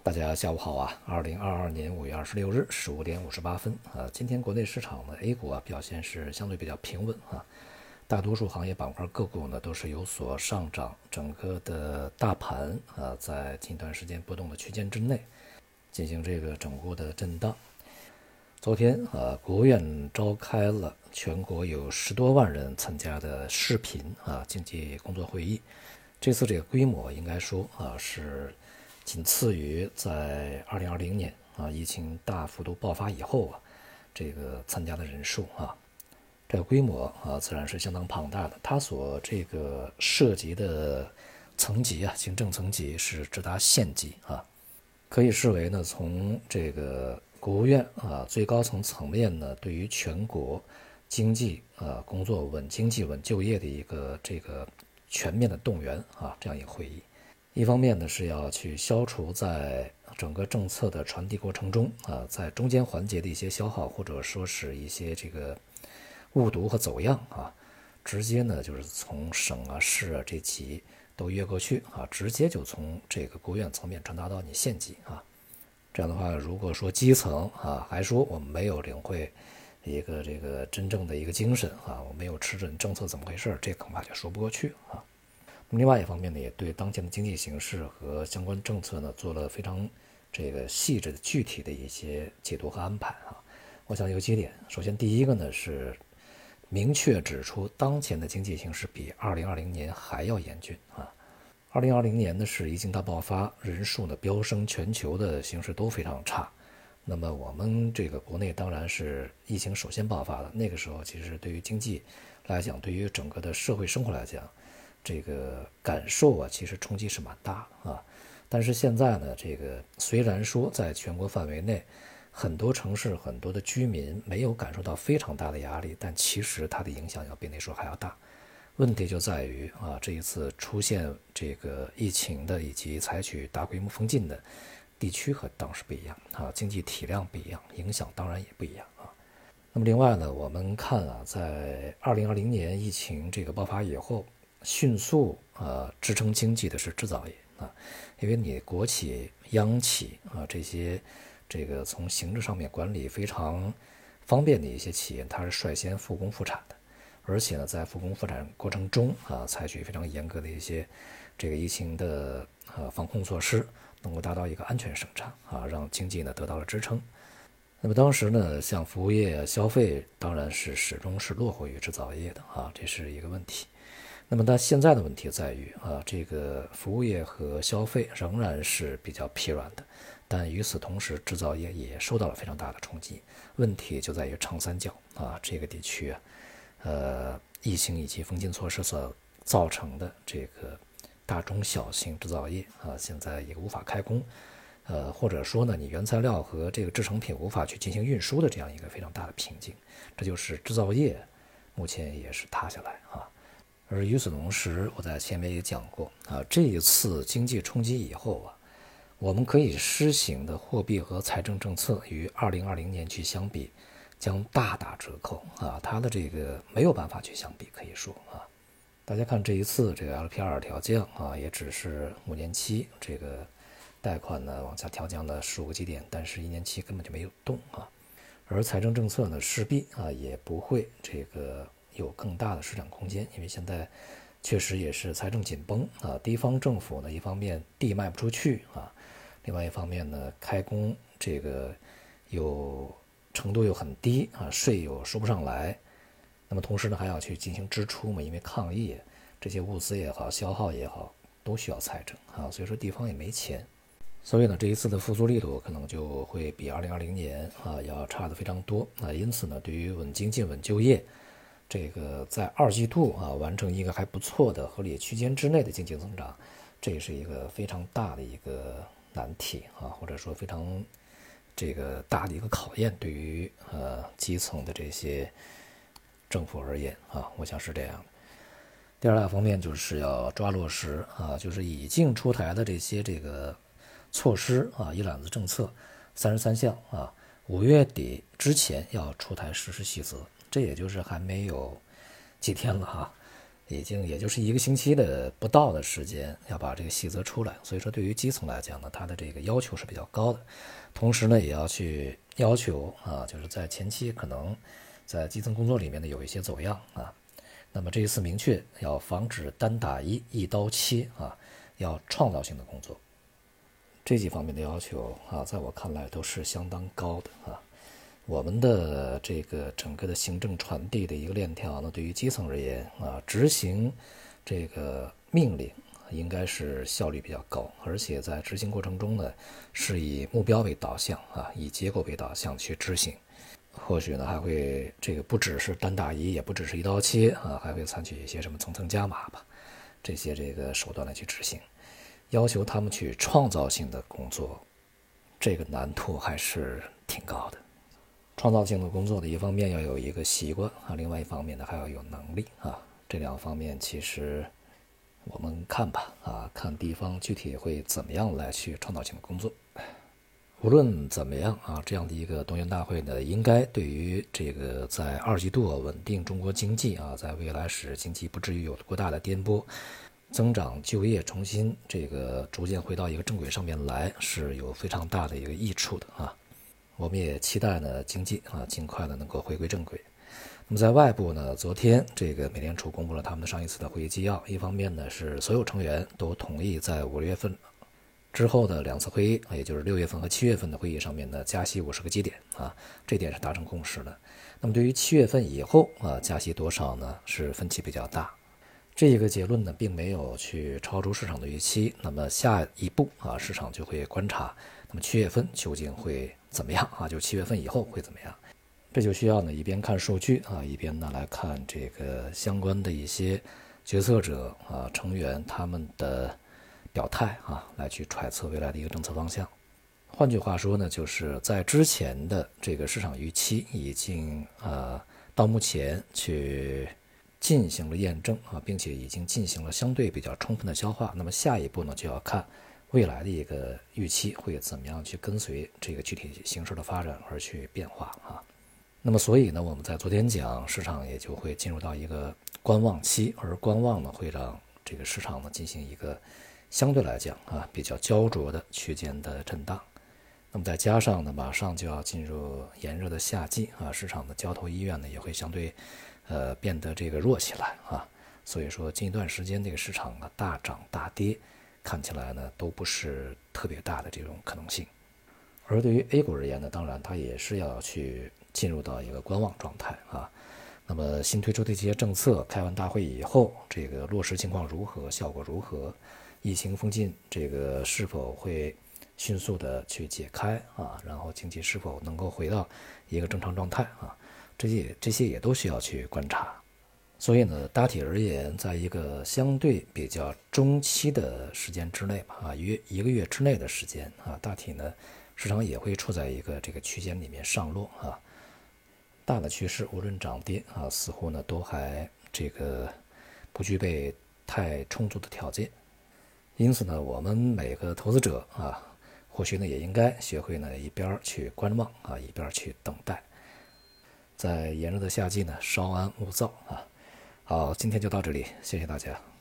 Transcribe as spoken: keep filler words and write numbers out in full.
大家下午好啊！二零二二年五月二十六日十五点五十八分啊，今天国内市场呢 A 股啊表现是相对比较平稳啊，大多数行业板块个股呢都是有所上涨，整个的大盘啊在近段时间波动的区间之内进行这个整固的震荡。昨天啊，国务院召开了全国有十多万人参加的视频啊经济工作会议，这次这个规模应该说啊是仅次于在二零二零年啊疫情大幅度爆发以后啊，这个参加的人数啊，这个规模啊自然是相当庞大的。它所这个涉及的层级啊，行政层级是直达县级啊，可以视为呢从这个国务院啊最高层层面呢对于全国经济啊工作稳经济稳就业的一个这个全面的动员啊这样一个会议。一方面呢是要去消除在整个政策的传递过程中啊，在中间环节的一些消耗，或者说是一些这个误读和走样啊，直接呢就是从省啊市啊这级都越过去啊，直接就从这个国务院层面传达到你县级啊。这样的话，如果说基层啊还说我们没有领会一个这个真正的一个精神啊，我没有吃准政策怎么回事，这恐怕就说不过去啊。另外一方面呢，也对当前的经济形势和相关政策呢做了非常这个细致的具体的一些解读和安排啊。我想有几点，首先第一个呢是明确指出当前的经济形势比二零二零年还要严峻啊。二零二零年呢是疫情大爆发，人数呢飙升，全球的形势都非常差。那么我们这个国内当然是疫情首先爆发的，那个时候其实对于经济来讲，对于整个的社会生活来讲，这个感受啊，其实冲击是蛮大啊。但是现在呢，这个虽然说在全国范围内，很多城市很多的居民没有感受到非常大的压力，但其实它的影响要比那时候还要大。问题就在于啊，这一次出现这个疫情的以及采取大规模封禁的地区和当时不一样啊，经济体量不一样，影响当然也不一样啊。那么另外呢，我们看啊，在二零二零年疫情这个爆发以后，迅速呃支撑经济的是制造业啊，因为你国企、央企啊这些这个从形制上面管理非常方便的一些企业，它是率先复工复产的，而且呢在复工复产过程中啊，采取非常严格的一些这个疫情的呃防控措施，能够达到一个安全生产啊，让经济呢得到了支撑。那么当时呢，像服务业、消费当然是始终是落后于制造业的啊，这是一个问题。那么但现在的问题在于啊，这个服务业和消费仍然是比较疲软的，但与此同时，制造业也受到了非常大的冲击。问题就在于长三角啊这个地区啊，呃，疫情以及封禁措施所造成的这个大中小型制造业啊，现在也无法开工。呃，或者说呢，你原材料和这个制成品无法去进行运输的这样一个非常大的瓶颈，这就是制造业目前也是塌下来啊。而与此同时，我在前面也讲过啊，这一次经济冲击以后啊，我们可以施行的货币和财政政策与二零二零年去相比，将大打折扣啊，它的这个没有办法去相比，可以说啊，大家看这一次这个 L P R 调降啊，也只是五年期这个贷款呢往下调降了十五个基点，但是一年期根本就没有动啊。而财政政策呢，势必啊也不会这个有更大的施展空间，因为现在确实也是财政紧绷啊，地方政府呢一方面地卖不出去啊，另外一方面呢开工这个有程度又很低啊，税又收不上来，那么同时呢还要去进行支出嘛，因为抗疫这些物资也好，消耗也好，都需要财政啊，所以说地方也没钱。所以呢，这一次的复苏力度可能就会比二零二零年啊要差的非常多啊。因此呢，对于稳经济、稳就业，这个在二季度啊完成一个还不错的合理区间之内的经济增长，这也是一个非常大的一个难题啊，或者说非常这个大的一个考验，对于呃基层的这些政府而言啊，我想是这样的。第二大方面就是要抓落实啊，就是已经出台的这些这个措施啊，一揽子政策三十三项啊，五月底之前要出台实施细则，这也就是还没有几天了哈。 已经也就是一个星期的不到的时间，要把这个细则出来。所以说，对于基层来讲呢，它的这个要求是比较高的，同时呢，也要去要求啊，就是在前期可能在基层工作里面呢有一些走样啊。那么这一次明确要防止单打一、一刀切啊，要创造性的工作。这几方面的要求啊，在我看来都是相当高的啊。我们的这个整个的行政传递的一个链条呢，对于基层而言啊，执行这个命令应该是效率比较高，而且在执行过程中呢，是以目标为导向啊，以结果为导向去执行。或许呢，还会这个不只是单打一，也不只是一刀切啊，还会采取一些什么层层加码吧，这些这个手段来去执行。要求他们去创造性的工作，这个难度还是挺高的。创造性的工作的一方面要有一个习惯啊，另外一方面呢还要有能力啊，这两方面其实我们看吧啊，看地方具体会怎么样来去创造性的工作。无论怎么样啊，这样的一个动员大会呢，应该对于这个在二季度稳定中国经济啊，在未来使经济不至于有过大的颠簸，增长就业重新这个逐渐回到一个正轨上面来，是有非常大的一个益处的啊。我们也期待呢经济啊尽快的能够回归正轨。那么在外部呢，昨天这个美联储公布了他们的上一次的会议纪要，一方面呢是所有成员都同意在五月份之后的两次会议，也就是六月份和七月份的会议上面呢，加息五十个基点啊，这点是达成共识的。那么对于七月份以后啊，加息多少呢，是分歧比较大。这个结论呢，并没有去超出市场的预期。那么下一步啊，市场就会观察，那么七月份究竟会怎么样啊？就七月份以后会怎么样？这就需要呢，一边看数据啊，一边呢来看这个相关的一些决策者啊成员他们的表态啊，来去揣测未来的一个政策方向。换句话说呢，就是在之前的这个市场预期已经呃到目前去进行了验证啊，并且已经进行了相对比较充分的消化。那么下一步呢，就要看未来的一个预期会怎么样去跟随这个具体形势的发展而去变化啊。那么所以呢，我们在昨天讲，市场也就会进入到一个观望期，而观望呢会让这个市场呢进行一个相对来讲啊比较焦灼的区间的震荡。那么再加上呢，马上就要进入炎热的夏季啊，市场的交投意愿呢也会相对呃变得这个弱起来啊。所以说近一段时间这个市场呢大涨大跌，看起来呢都不是特别大的这种可能性。而对于 A 股而言呢，当然它也是要去进入到一个观望状态啊。那么新推出的这些政策开完大会以后，这个落实情况如何，效果如何，疫情封禁这个是否会迅速的去解开啊，然后经济是否能够回到一个正常状态啊，这些这些也都需要去观察。所以呢，大体而言，在一个相对比较中期的时间之内吧，啊，约一个月之内的时间啊，大体呢，市场也会处在一个这个区间里面上落啊。大的趋势无论涨跌啊，似乎呢都还这个不具备太充足的条件。因此呢，我们每个投资者啊，或许呢也应该学会呢一边去观望啊，一边去等待，在炎热的夏季呢稍安勿躁啊。好，今天就到这里，谢谢大家。